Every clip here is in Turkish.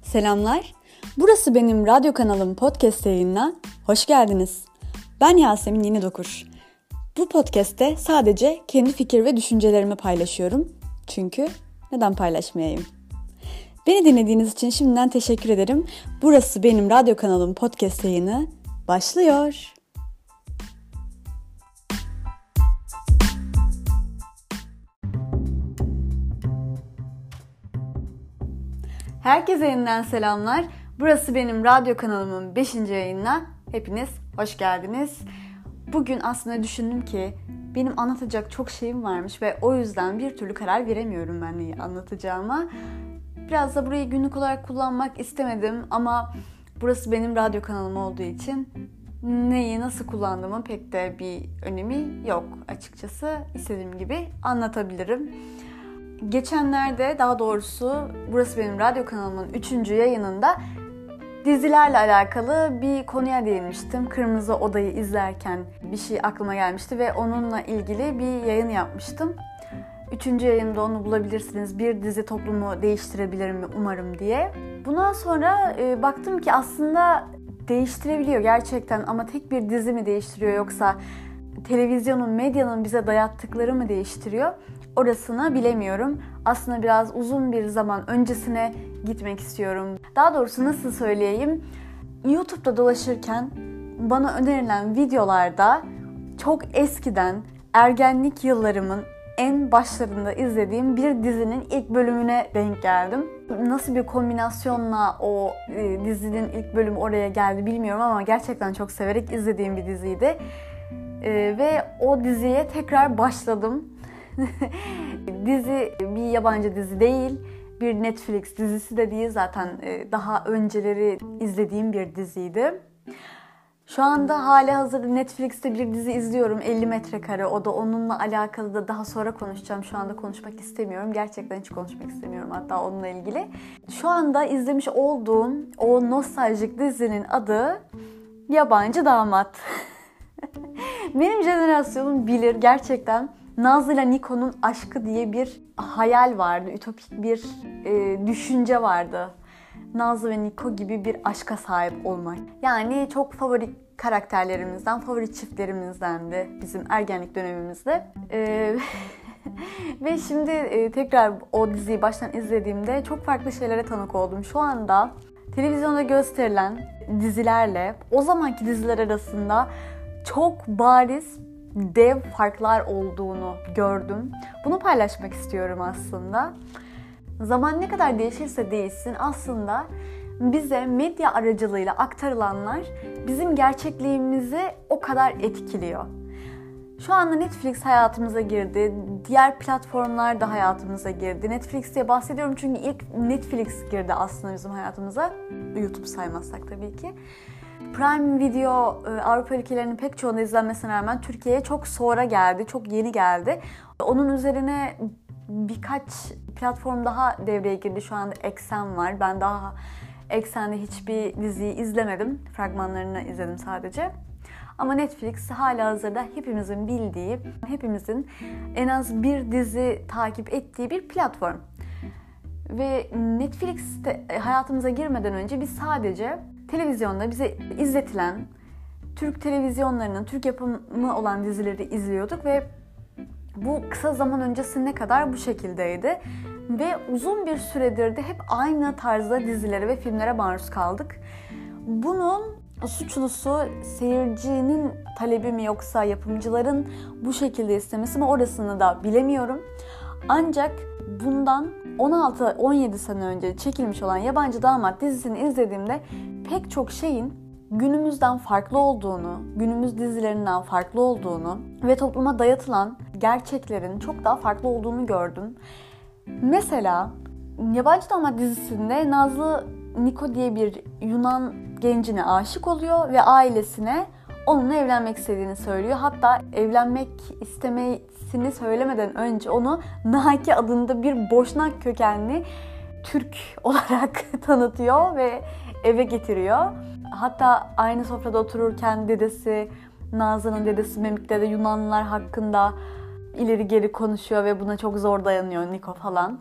Selamlar. Burası benim radyo kanalım podcast yayınına hoş geldiniz. Ben Yasemin Yenidokur. Bu podcast'te sadece kendi fikir ve düşüncelerimi paylaşıyorum. Çünkü neden paylaşmayayım? Beni dinlediğiniz için şimdiden teşekkür ederim. Burası benim radyo kanalım podcast yayını başlıyor. Herkese yeniden selamlar. Burası benim radyo kanalımın 5. yayınına hepiniz hoş geldiniz. Bugün aslında düşündüm ki benim anlatacak çok şeyim varmış ve o yüzden bir türlü karar veremiyorum ben neyi anlatacağıma. Biraz da burayı günlük olarak kullanmak istemedim ama burası benim radyo kanalım olduğu için neyi nasıl kullandığımın pek de bir önemi yok açıkçası. İstediğim gibi anlatabilirim. Geçenlerde, daha doğrusu burası benim radyo kanalımın 3. yayınında dizilerle alakalı bir konuya değinmiştim. Kırmızı Oda'yı izlerken bir şey aklıma gelmişti ve onunla ilgili bir yayın yapmıştım. 3. yayında onu bulabilirsiniz. Bir dizi toplumu değiştirebilir mi umarım diye. Bundan sonra baktım ki aslında değiştirebiliyor gerçekten ama tek bir dizi mi değiştiriyor yoksa televizyonun, medyanın bize dayattıkları mı değiştiriyor? Orasını bilemiyorum. Aslında biraz uzun bir zaman öncesine gitmek istiyorum. Daha doğrusu nasıl söyleyeyim? YouTube'da dolaşırken bana önerilen videolarda çok eskiden ergenlik yıllarımın en başlarında izlediğim bir dizinin ilk bölümüne denk geldim. Nasıl bir kombinasyonla o dizinin ilk bölümü oraya geldi bilmiyorum ama gerçekten çok severek izlediğim bir diziydi. Ve o diziye tekrar başladım. Dizi bir yabancı dizi değil, bir Netflix dizisi de değil, zaten daha önceleri izlediğim bir diziydi. Şu anda halihazırda Netflix'te bir dizi izliyorum, 50 Metrekare. O da onunla alakalı da daha sonra konuşacağım. Şu anda konuşmak istemiyorum. Gerçekten hiç konuşmak istemiyorum hatta onunla ilgili. Şu anda izlemiş olduğum o nostaljik dizinin adı Yabancı Damat. Benim jenerasyonum bilir gerçekten. Nazlı ile Niko'nun aşkı diye bir hayal vardı, ütopik bir düşünce vardı. Nazlı ve Niko gibi bir aşka sahip olmak. Yani çok favori karakterlerimizden, favori çiftlerimizdendi bizim ergenlik dönemimizde. Ve şimdi tekrar o diziyi baştan izlediğimde çok farklı şeylere tanık oldum. Şu anda televizyonda gösterilen dizilerle o zamanki diziler arasında çok bariz dev farklar olduğunu gördüm. Bunu paylaşmak istiyorum aslında. Zaman ne kadar değişirse değişsin aslında bize medya aracılığıyla aktarılanlar bizim gerçekliğimizi o kadar etkiliyor. Şu anda Netflix hayatımıza girdi. Diğer platformlar da hayatımıza girdi. Netflix diye bahsediyorum çünkü ilk Netflix girdi aslında bizim hayatımıza. YouTube saymazsak tabii ki. Prime Video Avrupa ülkelerinin pek çoğunda izlenmesine rağmen Türkiye'ye çok sonra geldi, çok yeni geldi. Onun üzerine birkaç platform daha devreye girdi. Şu anda Exxen var. Ben daha Exxen'de hiçbir diziyi izlemedim. Fragmanlarını izledim sadece. Ama Netflix halihazırda hepimizin bildiği, hepimizin en az bir dizi takip ettiği bir platform. Ve Netflix'te hayatımıza girmeden önce biz sadece televizyonda bize izletilen Türk televizyonlarının Türk yapımı olan dizileri izliyorduk ve bu kısa zaman öncesine kadar bu şekildeydi. Ve uzun bir süredir de hep aynı tarzda dizilere ve filmlere maruz kaldık. Bunun suçlusu seyircinin talebi mi yoksa yapımcıların bu şekilde istemesi mi orasını da bilemiyorum. Ancak bundan 16-17 sene önce çekilmiş olan Yabancı Damat dizisini izlediğimde pek çok şeyin günümüzden farklı olduğunu, günümüz dizilerinden farklı olduğunu ve topluma dayatılan gerçeklerin çok daha farklı olduğunu gördüm. Mesela Yabancı Damat dizisinde Nazlı Niko diye bir Yunan gencine aşık oluyor ve ailesine onunla evlenmek istediğini söylüyor. Hatta evlenmek istemesini söylemeden önce onu Naki adında bir Boşnak kökenli Türk olarak tanıtıyor ve eve getiriyor. Hatta aynı sofrada otururken dedesi, Nazlı'nın dedesi Memik'te de Yunanlılar hakkında ileri geri konuşuyor ve buna çok zor dayanıyor Niko falan.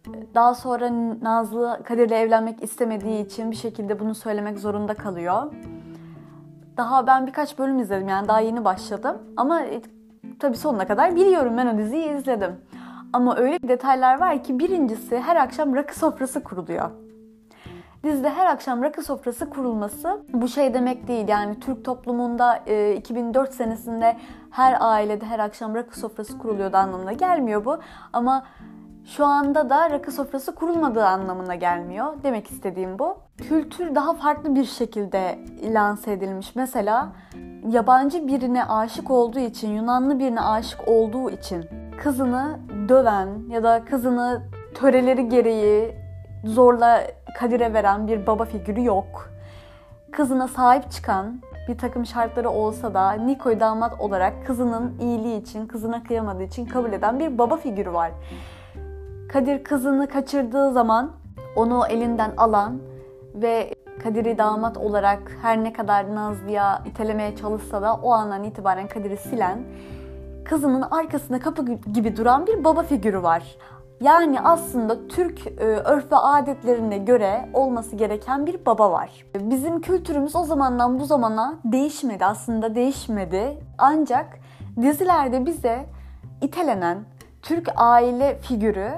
Daha sonra Nazlı Kadir'le evlenmek istemediği için bir şekilde bunu söylemek zorunda kalıyor. Daha ben birkaç bölüm izledim, yani daha yeni başladım. Ama tabii sonuna kadar biliyorum, ben o diziyi izledim. Ama öyle detaylar var ki, birincisi her akşam rakı sofrası kuruluyor. Dizide her akşam rakı sofrası kurulması bu şey demek değil. Yani Türk toplumunda 2004 senesinde her ailede her akşam rakı sofrası kuruluyordu anlamına gelmiyor bu. Ama şu anda da rakı sofrası kurulmadığı anlamına gelmiyor. Demek istediğim bu. Kültür daha farklı bir şekilde lanse edilmiş. Mesela yabancı birine aşık olduğu için, Yunanlı birine aşık olduğu için kızını döven ya da kızını töreleri gereği zorla Kadir'e veren bir baba figürü yok. Kızına sahip çıkan, bir takım şartları olsa da Niko'yu damat olarak kızının iyiliği için, kızına kıyamadığı için kabul eden bir baba figürü var. Kadir kızını kaçırdığı zaman onu elinden alan ve Kadir'i damat olarak her ne kadar Nazlı'ya itelemeye çalışsa da o andan itibaren Kadir'i silen, kızının arkasında kapı gibi duran bir baba figürü var. Yani aslında Türk örf ve adetlerine göre olması gereken bir baba var. Bizim kültürümüz o zamandan bu zamana değişmedi, aslında değişmedi. Ancak dizilerde bize itelenen Türk aile figürü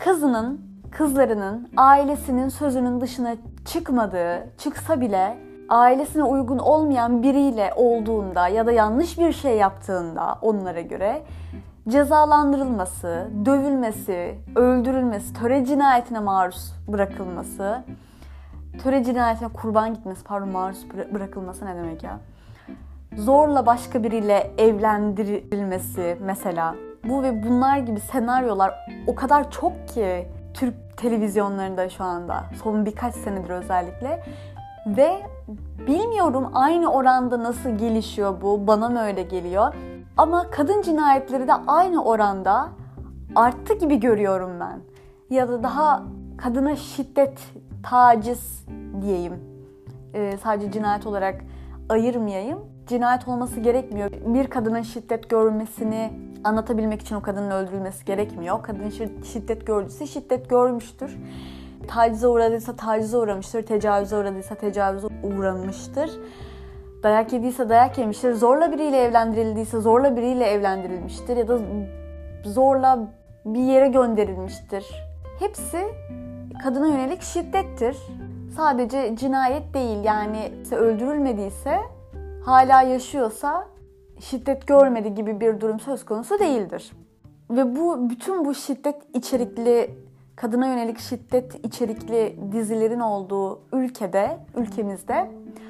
kızlarının ailesinin sözünün dışına çıkmadığı, çıksa bile ailesine uygun olmayan biriyle olduğunda ya da yanlış bir şey yaptığında onlara göre cezalandırılması, dövülmesi, öldürülmesi, töre cinayetine maruz bırakılması, töre cinayetine kurban gitmesi, maruz bırakılması ne demek ya? Zorla başka biriyle evlendirilmesi mesela. Bu ve bunlar gibi senaryolar o kadar çok ki Türk televizyonlarında şu anda, son birkaç senedir özellikle. Ve bilmiyorum aynı oranda nasıl gelişiyor bu, bana mı öyle geliyor? Ama kadın cinayetleri de aynı oranda arttı gibi görüyorum ben. Ya da daha kadına şiddet, taciz diyeyim. Sadece cinayet olarak ayırmayayım. Cinayet olması gerekmiyor. Bir kadının şiddet görmesini anlatabilmek için o kadının öldürülmesi gerekmiyor. Kadın şiddet gördüyse şiddet görmüştür. Tacize uğradıysa tacize uğramıştır. Tecavüze uğradıysa tecavüze uğramıştır. Dayak yediyse dayak yemiştir. Zorla biriyle evlendirildiyse zorla biriyle evlendirilmiştir. Ya da zorla bir yere gönderilmiştir. Hepsi kadına yönelik şiddettir. Sadece cinayet değil. Yani öldürülmediyse, hala yaşıyorsa şiddet görmedi gibi bir durum söz konusu değildir. Ve bütün bu şiddet içerikli, kadına yönelik şiddet içerikli dizilerin olduğu ülkemizde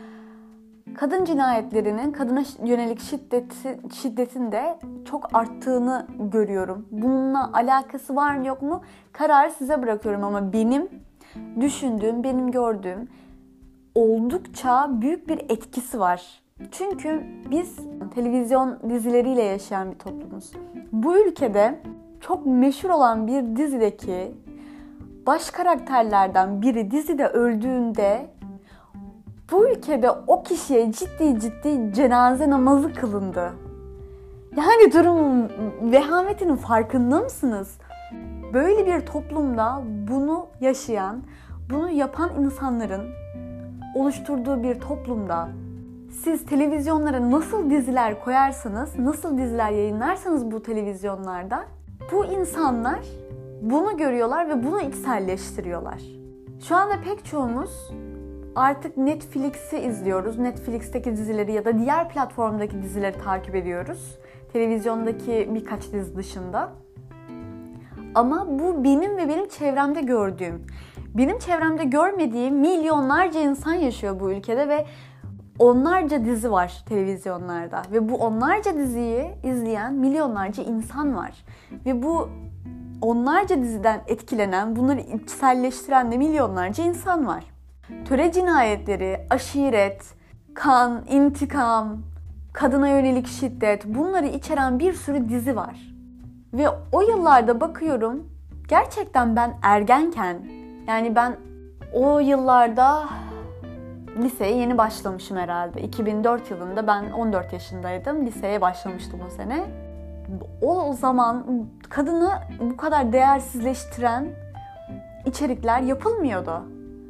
kadın cinayetlerinin, kadına yönelik şiddetin de çok arttığını görüyorum. Bununla alakası var mı yok mu? Kararı size bırakıyorum ama benim düşündüğüm, benim gördüğüm oldukça büyük bir etkisi var. Çünkü biz televizyon dizileriyle yaşayan bir toplumuz. Bu ülkede çok meşhur olan bir dizideki baş karakterlerden biri dizide öldüğünde bu ülkede o kişiye ciddi cenaze namazı kılındı. Yani durumun vehametinin farkında mısınız? Böyle bir toplumda bunu yaşayan, bunu yapan insanların oluşturduğu bir toplumda siz televizyonlara nasıl diziler koyarsanız, nasıl diziler yayınlarsanız bu televizyonlarda, bu insanlar bunu görüyorlar ve bunu içselleştiriyorlar. Şu anda pek çoğumuz artık Netflix'i izliyoruz. Netflix'teki dizileri ya da diğer platformdaki dizileri takip ediyoruz. Televizyondaki birkaç dizi dışında. Ama bu benim çevremde gördüğüm, benim çevremde görmediğim milyonlarca insan yaşıyor bu ülkede ve onlarca dizi var televizyonlarda. Ve bu onlarca diziyi izleyen milyonlarca insan var. Ve bu onlarca diziden etkilenen, bunları içselleştiren de milyonlarca insan var. Töre cinayetleri, aşiret, kan, intikam, kadına yönelik şiddet, bunları içeren bir sürü dizi var. Ve o yıllarda bakıyorum, gerçekten ben ergenken, yani ben o yıllarda liseye yeni başlamışım herhalde. 2004 yılında ben 14 yaşındaydım. Liseye başlamıştım o sene. O zaman kadını bu kadar değersizleştiren içerikler yapılmıyordu.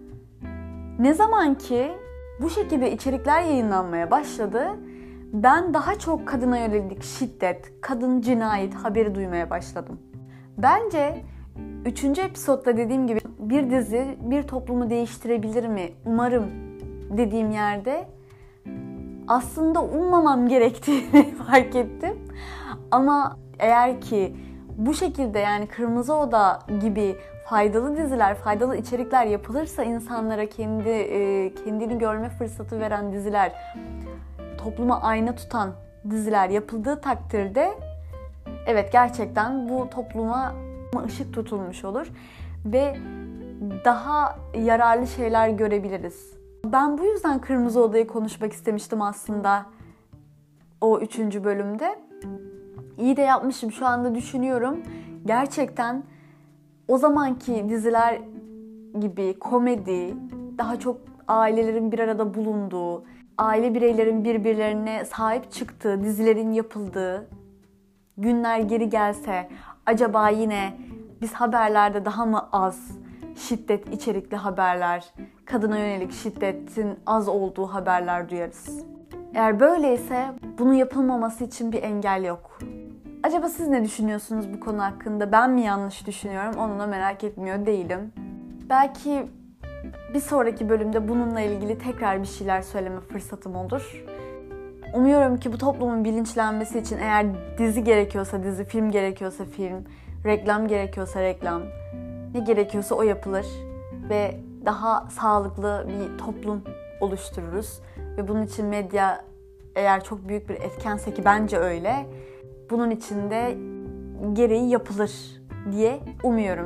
Ne zaman ki bu şekilde içerikler yayınlanmaya başladı, ben daha çok kadına yönelik şiddet, kadın cinayet haberi duymaya başladım. Bence 3. episodda dediğim gibi bir dizi bir toplumu değiştirebilir mi? Umarım dediğim yerde aslında ummamam gerektiğini fark ettim. Ama eğer ki bu şekilde, yani Kırmızı Oda gibi faydalı diziler, faydalı içerikler yapılırsa, insanlara kendini görme fırsatı veren diziler, topluma ayna tutan diziler yapıldığı takdirde evet, gerçekten bu topluma ışık tutulmuş olur ve daha yararlı şeyler görebiliriz. Ben bu yüzden Kırmızı Oda'yı konuşmak istemiştim aslında o 3. bölümde. İyi de yapmışım, şu anda düşünüyorum. Gerçekten o zamanki diziler gibi komedi, daha çok ailelerin bir arada bulunduğu, aile bireylerin birbirlerine sahip çıktığı dizilerin yapıldığı günler geri gelse, acaba yine biz haberlerde daha mı az şiddet içerikli haberler, kadına yönelik şiddetin az olduğu haberler duyarız? Eğer böyleyse bunun yapılmaması için bir engel yok. Acaba siz ne düşünüyorsunuz bu konu hakkında? Ben mi yanlış düşünüyorum? Onu da merak etmiyor değilim. Belki bir sonraki bölümde bununla ilgili tekrar bir şeyler söyleme fırsatım olur. Umuyorum ki bu toplumun bilinçlenmesi için eğer dizi gerekiyorsa dizi, film gerekiyorsa film, reklam gerekiyorsa reklam, ne gerekiyorsa o yapılır ve daha sağlıklı bir toplum oluştururuz. Ve bunun için medya eğer çok büyük bir etkense, ki bence öyle, bunun için de gereği yapılır diye umuyorum.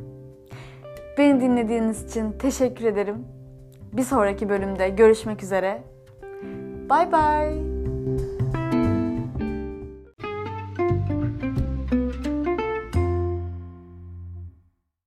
Beni dinlediğiniz için teşekkür ederim. Bir sonraki bölümde görüşmek üzere. Bye bye.